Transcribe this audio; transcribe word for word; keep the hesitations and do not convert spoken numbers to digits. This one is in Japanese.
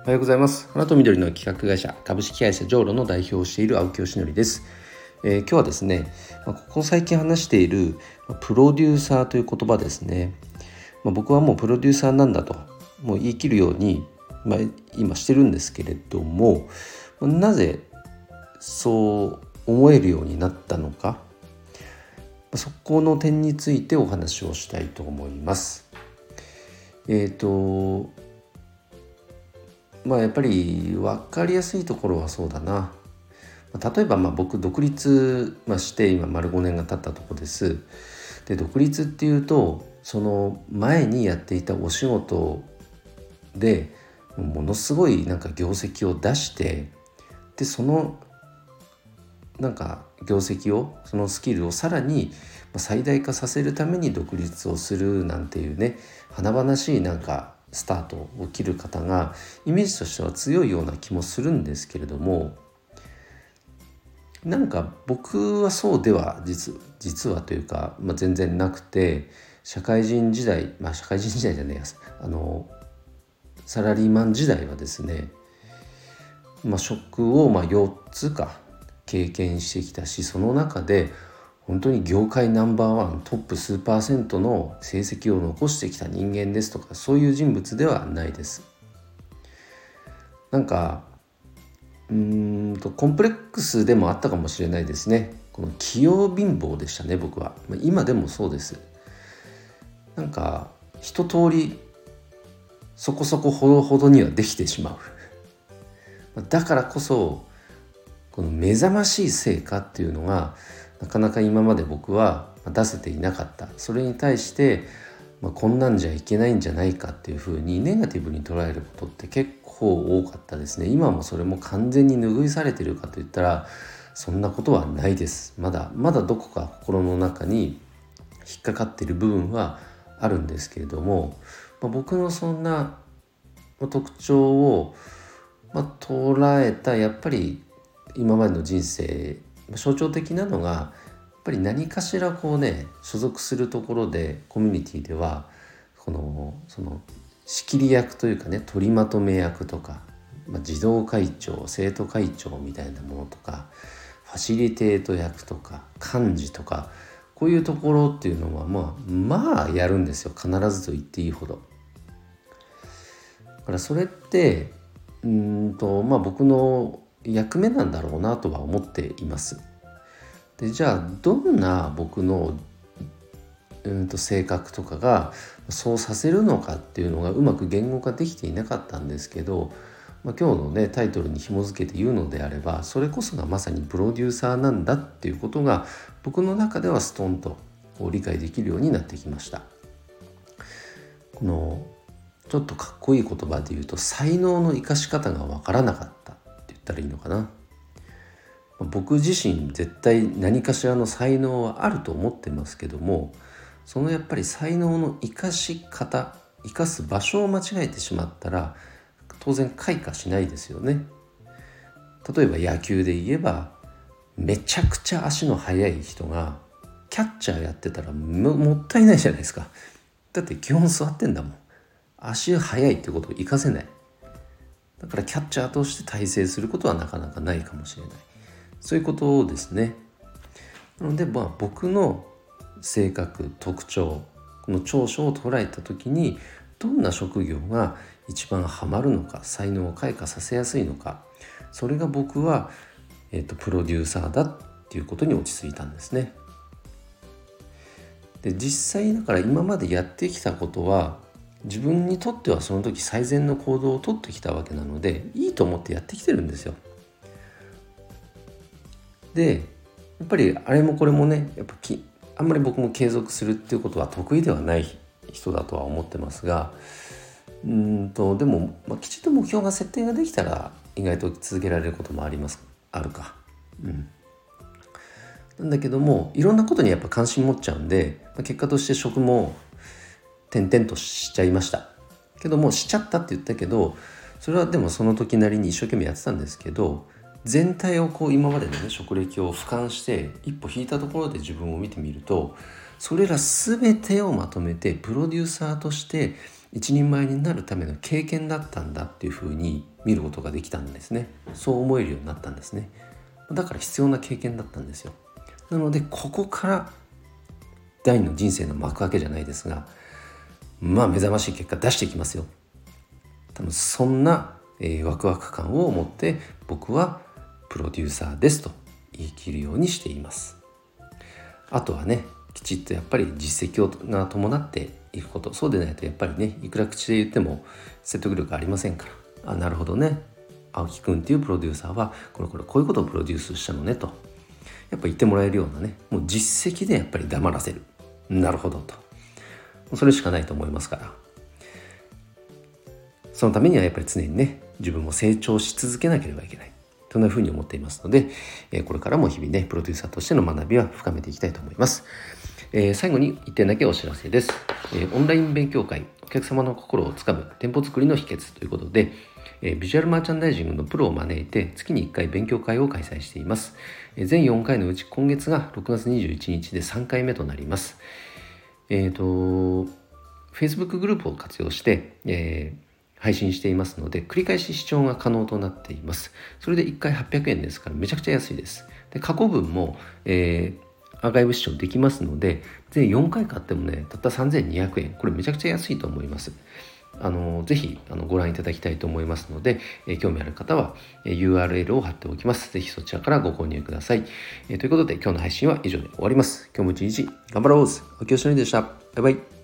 おはようございます。花と緑の企画会社株式会社ジョーロの代表をしている青木よしのりです。えー、今日はですね、ここ最近話しているプロデューサーという言葉ですね。まあ、僕はもうプロデューサーなんだともう言い切るように、まあ、今してるんですけれども、なぜそう思えるようになったのか、そこの点についてお話をしたいと思います。えっとまあやっぱり分かりやすいところはそうだな。例えばまあ僕独立して今丸ごねんが経ったところです。で独立っていうとその前にやっていたお仕事でものすごいなんか業績を出して、でそのなんか業績をそのスキルをさらに最大化させるために独立をするなんていうね、華々しいなんかスタートを切る方がイメージとしては強いような気もするんですけれども、なんか僕はそうでは実実はというか、まあ、全然なくて、社会人時代まあ社会人時代じゃねえやあのサラリーマン時代はですね、まあ、職をまあよっつか経験してきたし、その中で本当に業界ナンバーワントップ数パーセントの成績を残してきた人間ですとか、そういう人物ではないです。なんかうーんとコンプレックスでもあったかもしれないですね。この器用貧乏でしたね、僕は。今でもそうです。なんか一通りそこそこほどほどにはできてしまう。だからこそこの目覚ましい成果っていうのがなかなか今まで僕は出せていなかった。それに対して、まあ、こんなんじゃいけないんじゃないかっていうふうにネガティブに捉えることって結構多かったですね。今もそれも完全に拭いされてるかといったらそんなことはないです。まだまだどこか心の中に引っかかっている部分はあるんですけれども、まあ、僕のそんな特徴を、まあ、捉えたやっぱり今までの人生象徴的なのがやっぱり何かしらこうね所属するところでコミュニティではこのその仕切り役というかね、取りまとめ役とか、まあ、児童会長生徒会長みたいなものとか、ファシリテート役とか幹事とか、こういうところっていうのはまあまあやるんですよ、必ずと言っていいほど。だからそれってうーんとまあ僕の役目なんだろうなとは思っています。でじゃあどんな僕のうんと性格とかがそうさせるのかっていうのがうまく言語化できていなかったんですけど、まあ、今日のねタイトルに紐付けて言うのであれば、それこそがまさにプロデューサーなんだっていうことが僕の中ではストンとこう理解できるようになってきました。このちょっとかっこいい言葉で言うと、才能の生かし方がわからなかったって言ったらいいのかな。僕自身絶対何かしらの才能はあると思ってますけども、そのやっぱり才能の生かし方、生かす場所を間違えてしまったら当然開花しないですよね。例えば野球で言えばめちゃくちゃ足の速い人がキャッチャーやってたら も, もったいないじゃないですか。だって基本座ってんだもん。足速いってことを活かせない。だからキャッチャーとして大成することはなかなかないかもしれない。そういうことですね。なのでまあ僕の性格特徴、この長所を捉えた時にどんな職業が一番ハマるのか、才能を開花させやすいのか、それが僕は、えーと、プロデューサーだっていうことに落ち着いたんですね。で実際だから今までやってきたことは自分にとってはその時最善の行動をとってきたわけなので、いいと思ってやってきてるんですよ。でやっぱりあれもこれもね、やっぱきあんまり僕も継続するっていうことは得意ではない人だとは思ってますが、うーんとでも、まあ、きちんと目標が設定ができたら意外と続けられることもありますあるか、うん、なんだけどもいろんなことにやっぱ関心持っちゃうんで、まあ、結果として職も転々としちゃいましたけども、しちゃったって言ったけど、それはでもその時なりに一生懸命やってたんですけど、全体をこう今までのね職歴を俯瞰して一歩引いたところで自分を見てみると、それら全てをまとめてプロデューサーとして一人前になるための経験だったんだっていうふうに見ることができたんですね。そう思えるようになったんですね。だから必要な経験だったんですよ。なのでここから第二の人生の幕開けじゃないですが、まあ目覚ましい結果出していきますよ。多分そんな、えー、ワクワク感を持って僕はプロデューサーですと言い切るようにしています。あとはね、きちっとやっぱり実績が伴っていくこと、そうでないとやっぱりね、いくら口で言っても説得力ありませんから、あ、なるほどね、青木くんっていうプロデューサーはこれこれこういうことをプロデュースしたのねとやっぱ言ってもらえるようなね、もう実績でやっぱり黙らせる、なるほどと、それしかないと思いますから、そのためにはやっぱり常にね、自分も成長し続けなければいけない、そんなふうに思っていますので、これからも日々ね、プロデューサーとしての学びは深めていきたいと思います。えー、最後にいってんだけお知らせです。えー、オンライン勉強会、お客様の心をつかむ店舗作りの秘訣ということで、えー、ビジュアルマーチャンダイジングのプロを招いて月にいっかい勉強会を開催しています。えー、全よんかいのうち今月がろくがつにじゅういちにちでさんかいめとなります。えっと、Facebook グループを活用して、えー配信していますので、繰り返し視聴が可能となっています。それでいっかいはっぴゃくえんですからめちゃくちゃ安いです。で、過去分も、えー、アーカイブ視聴できますので、全よんかい買ってもね、たったさんぜんにひゃくえん、これめちゃくちゃ安いと思います。あのぜひあのご覧いただきたいと思いますので、えー、興味ある方は、えー、ユーアールエル を貼っておきます。ぜひそちらからご購入ください。えー、ということで今日の配信は以上で終わります。今日も一日頑張ろう。おきよしのりでした。バイバイ。